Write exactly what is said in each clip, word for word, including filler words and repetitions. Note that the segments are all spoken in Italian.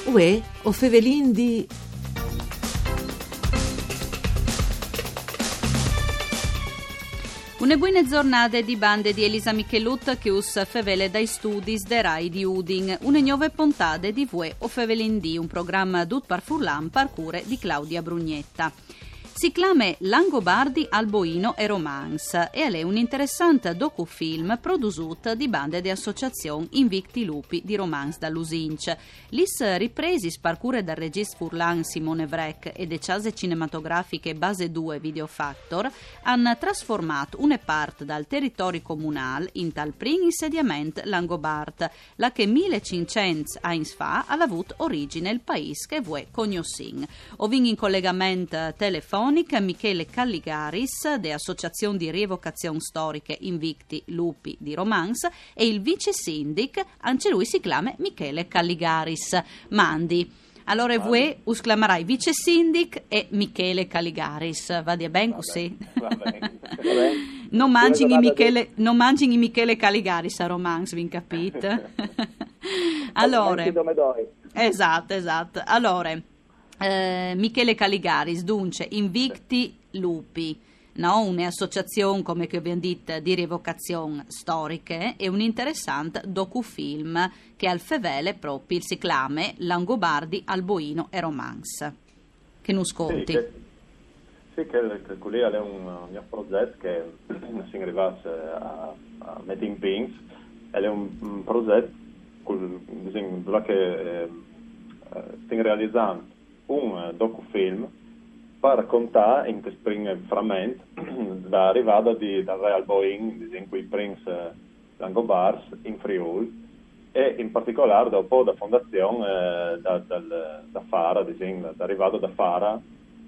Uè, o fevelin di... Une buone giornate di bande di Elisa Michelut che us fevele dai studi de Rai di Udin. Une nuove puntate di Vue o fevelin di, un programma dut par furlan parcure di Claudia Brugnetta. Si chiama Langobardi, Alboino e Romance e è un interessante docufilm prodotto di bande di associazione Invicti Lupi di Romance da Lusinc. Lis ripresi sparcure dal regista furlan Simone Vrec e de case cinematografiche Base due Video Factor hanno trasformato una parte dal territorio comunale in tal prin insediamento Langobard, la che millecinquecento anni fa ha avuto origine il paese che vuoi cognoscin. Ovin in collegamento telefonico Michele Calligaris, de Associazione di Rievocazione Storiche Invicti Lupi di Romance, e il vice sindic, anche lui si chiama Michele Calligaris. Mandi. Allora voi us chiamerai vice sindic e Michele Calligaris. Va di ben così? Non mangi i Michele, non mangi i Michele Calligaris a Romance, vi capite? Allora. Esatto, esatto. Allora, Eh, Michele Calligaris, dunque, Invicti Lupi, no? Un'associazione, come che abbiamo detto, di rievocazione storiche e un interessante docufilm che al fevele proprio si chiama Langobardi, Alboino e Romance. Che non sconti? Sì, che, sì, che, che quello è un, un progetto che si arrivasse a, a mettere in pins, è un, un progetto che eh, stiamo realizzando un docufilm per raccontare in questo primo frammento l'arrivata di, dal Re Alboin, in cui Prince Langobars in Friuli, e in particolare dopo la fondazione eh, da, dal, da Fara, l'arrivata da Fara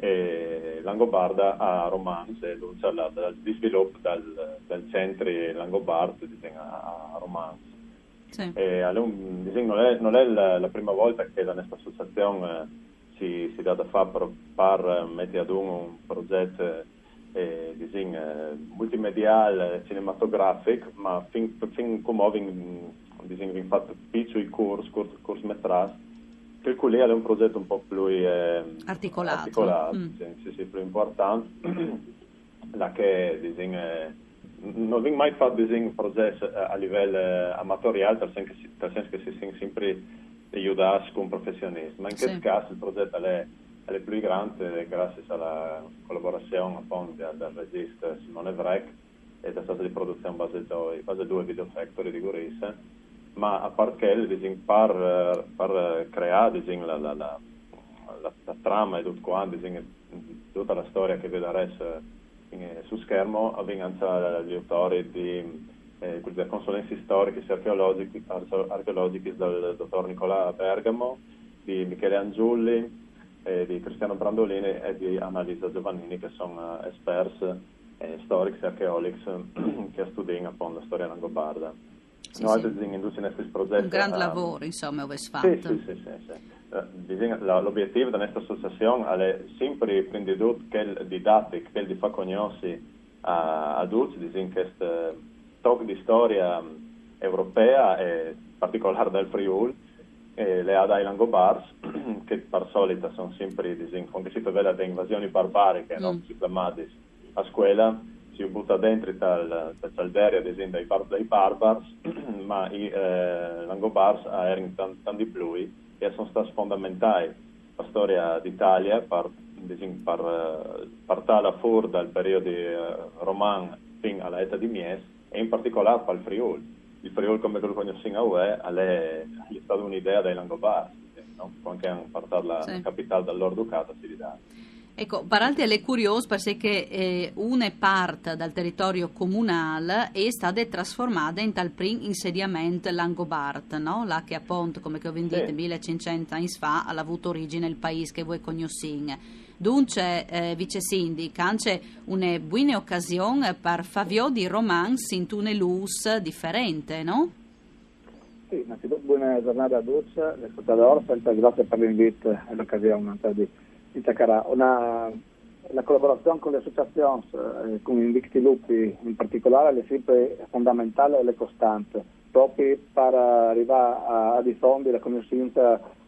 e Langobarda a Romance, e il sviluppo dal, dal centro Langobard a, a Romance. Sì. E, un, non è, non è la, la prima volta che la nostra associazione si, si dà da fare per, per mettere ad un progetto eh, disegno, eh, multimediale, cinematografico, ma fin, fin come abbiamo fatto piccoli corsi, corsi, corsi metrati, che quello è un progetto un po' più eh, articolato, articolato mm. sì, sì, sì, più importante, la che disegno, non abbiamo mai fatto disegno progetto a livello amatoriale, nel senso che, nel senso che si sono sempre aiutarsi con professionisti, ma in questo sì. caso il progetto è, è più grande grazie alla collaborazione appunto del, del regista Simone Vrec e della casa di produzione Base due, Base due Video Factory di Gorissa, ma a parte che per, per creare la, la, la, la, la trama e tutto quanto, tutta la storia che vedrete su schermo, avvengono gli autori di Eh, quelle consulenze storiche e archeologiche, archeologiche del dottor Nicola Bergamo, di Michele Angiulli, eh, di Cristiano Brandolini e di Annalisa Giovannini, che sono uh, esperti eh, storici e archeologici che studiano appunto la storia langobarda. Sì, Noi sì. in questi progetti... Un grande uh, lavoro, insomma, avete fatto. Sì, sì, sì. sì, sì. Uh, l'obiettivo della nostra associazione è sempre prima di tutto che didattico, che di far conoscere a adulti, disegno questo talk di storia europea e in particolare del Friuli, e le ha dai Langobars, che per solita sono sempre quando si parla di invasioni barbariche, mm. no? Si chiamate a scuola, si butta dentro dal Calderia, ad esempio, dai, bar, dai barbars, ma i eh, Langobars erano tanti di più e sono stati fondamentali la storia d'Italia per, per partire fuori dal periodo eh, romano fino alla età di Mies, e in particolare per il Friuli. Il Friuli, come lo conosciamo, è, è, è stata un'idea dei Langobardi, no? Anche a partire la sì. capitale del loro ducato si dà. Ecco, paralti è curioso perché eh, una parte del territorio comunale è stata trasformata in tal prim insediamento Langobard, no? La che appunto, come che ho detto, sì. millecinquecento anni fa ha avuto origine il paese che voi conoscete. Dunque, eh, vice sindic, c'è una buona occasione per Favio di Romance in una luce differente, no? Sì, innanzitutto buona giornata a tutti, l'ascoltatore, grazie per l'invito e l'occasione di, di chiacchierare. Una, la collaborazione con le associazioni, eh, con Invicti Lupi in particolare, è sempre fondamentale e costante, proprio per arrivare a, a diffondere la conoscenza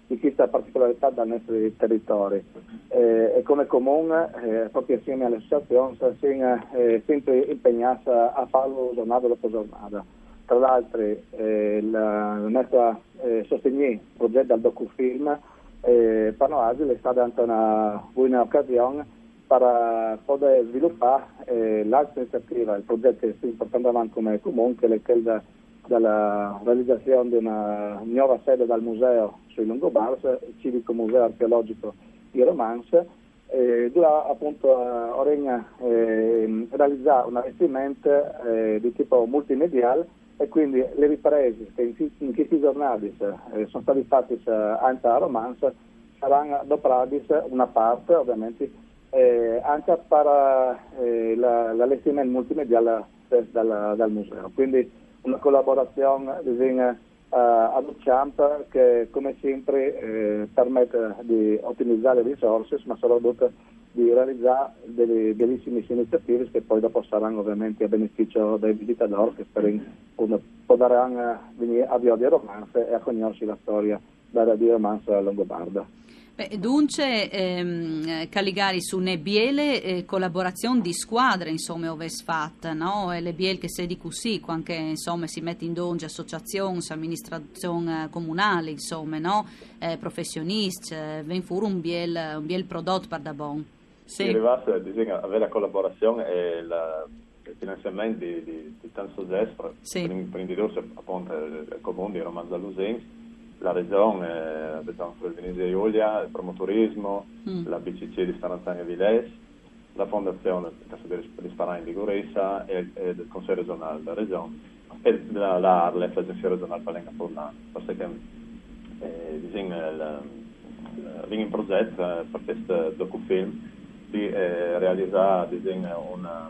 di questa particolarità dei nostri territori. Eh, e come comune, eh, proprio assieme alle associazioni, siamo eh, sempre impegnati a farlo giornata dopo giornata. Tra l'altro, eh, la, la nostra eh, sostegno il progetto del docufilm eh, per noi è stata anche una buona occasione per poter sviluppare eh, l'altra iniziativa, il progetto che stiamo portando avanti come comune, che è quello della realizzazione di una nuova sede del museo sui Longobars, il civico museo archeologico di Romance, eh, dove appunto Oregna eh, realizzare un allestimento eh, di tipo multimediale, e quindi le riprese che in, in questi giornali eh, sono state fatte eh, anche a Romance saranno adoperate una parte ovviamente eh, anche per eh, la, l'allestimento multimediale dal, dal museo. Quindi una collaborazione disegna uh, ad Ucciamp che come sempre eh, permette di ottimizzare le risorse, ma soprattutto di realizzare delle bellissime iniziative che poi dopo saranno ovviamente a beneficio dei visitatori che potranno venire a Via di Romance e a conoscere la storia della di Romance longobarda. Beh, dunque, ehm, Caligari, su ne biele eh, collaborazione di squadre, insomma, ove è fatta, no? E le biele che si di così, anche, insomma, si mette in donge associazioni, amministrazione comunale, insomma, no? Eh, professionisti, eh, ven fuori un biel, un biel prodotto per da bon. Sì. Arrivasse a avere la collaborazione e la, il finanziamento di, di, di tanti soggetti, sì. Per imprenditori, appunto, il comune di Romanza Lusens, la regione, eh, abbiamo il Venezia Giulia, il promotorismo, mm. la B C C di Staranzani e Villes, la fondazione di Sparani di Goressa e, e il Consiglio regionale della regione e la, la ARLEF, l'Agenzia regionale Palenga Forlano. Perché eh, disegna in progetto eh, per questo docufilm di eh, realizzare disegna una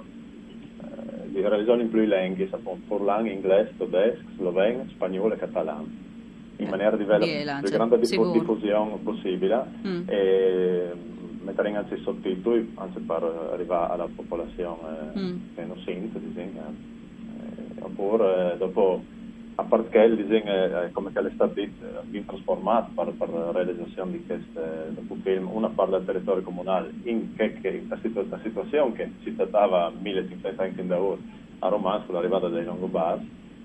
eh, di realizzare in più lingue, appunto, forlan, inglese, tedesco, sloveno, spagnolo e catalano, in maniera di livello di grande diff- diffusione possibile mm. e mettere in anzi i sottotitoli anzi per arrivare alla popolazione mm. che non sente disegna eh, oppure dopo a parte che il disegno è come che è stato ben trasformato per, per la realizzazione di questo docufilm, una parte del territorio comunale in che, che la, situ- la situazione che si trattava millecinquecento anni da ora a Romance con l'arrivata dei Longobars.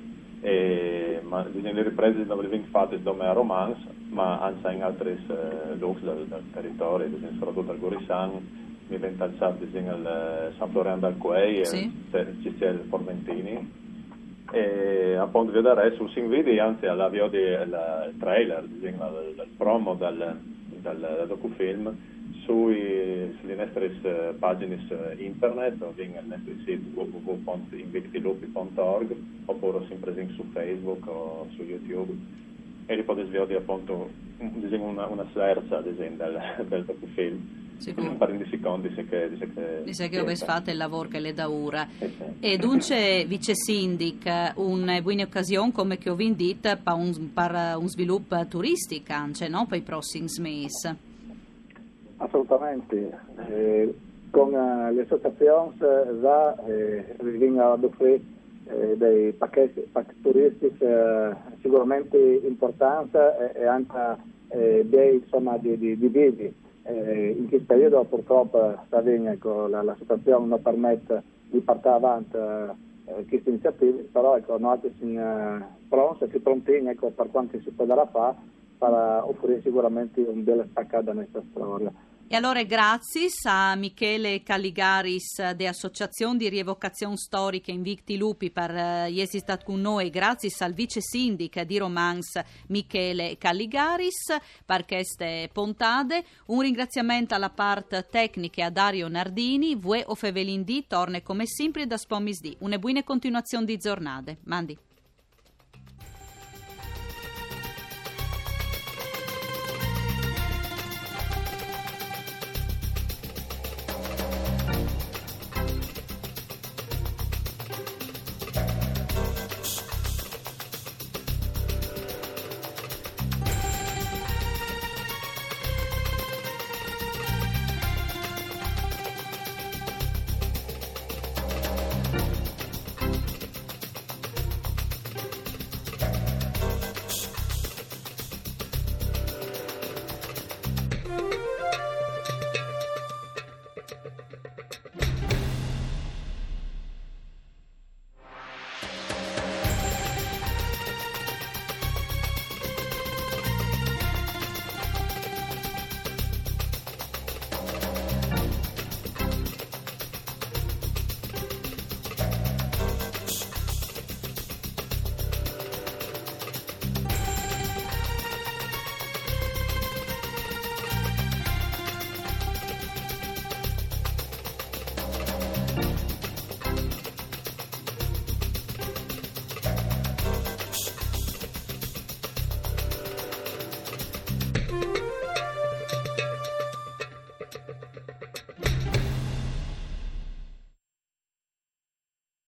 E, ma le riprese non vengono fatte come a Romance, ma anche in altri eh, luoghi del, del territorio, ad esempio soprattutto al Gorissan, mi viene tagliato il San Floriano del Quei, sì. Ci sia il Formentini, e appunto vedere sul Sinvidi anzi all'avvio del trailer, il, il promo del, del, del docufilm sui, sulle nostre pagine internet o nel nostro sito w w w punto invictilupi punto org oppure sempre su Facebook o su YouTube e li potete vedere appunto una, una serza ad esempio del, del docufilm. Sicuro. Per in secondi dice che dice che dice che avete fatto il lavoro che le da ora eh sì. E dunque vice sindic una buona occasione come che ho vinto per un, per un sviluppo turistico anche, no? Per i prossimi mesi. Assolutamente, eh, con uh, le associazioni già eh, vengono ad offrire eh, dei pacchetti, pacchetti turistici eh, sicuramente importanti e, e anche eh, dei insomma di, di, di vivi. Eh, in questo periodo purtroppo ecco, la, la situazione non permette di portare avanti eh, queste iniziative, però ecco, noi siamo uh, pronti e pronti ecco, per quanto si potrà fare per offrire sicuramente un bel staccato della nostra storia. E allora grazie a Michele Caligaris de Associazione di Rievocazione Storica Invicti Lupi per uh, essere stato con noi, grazie al vice sindic di Romance Michele Caligaris per queste puntate. Un ringraziamento alla parte tecnica a Dario Nardini, Vue o Fevelin D, torne come sempre da Spomis D. Una buona continuazione di giornate. Mandi.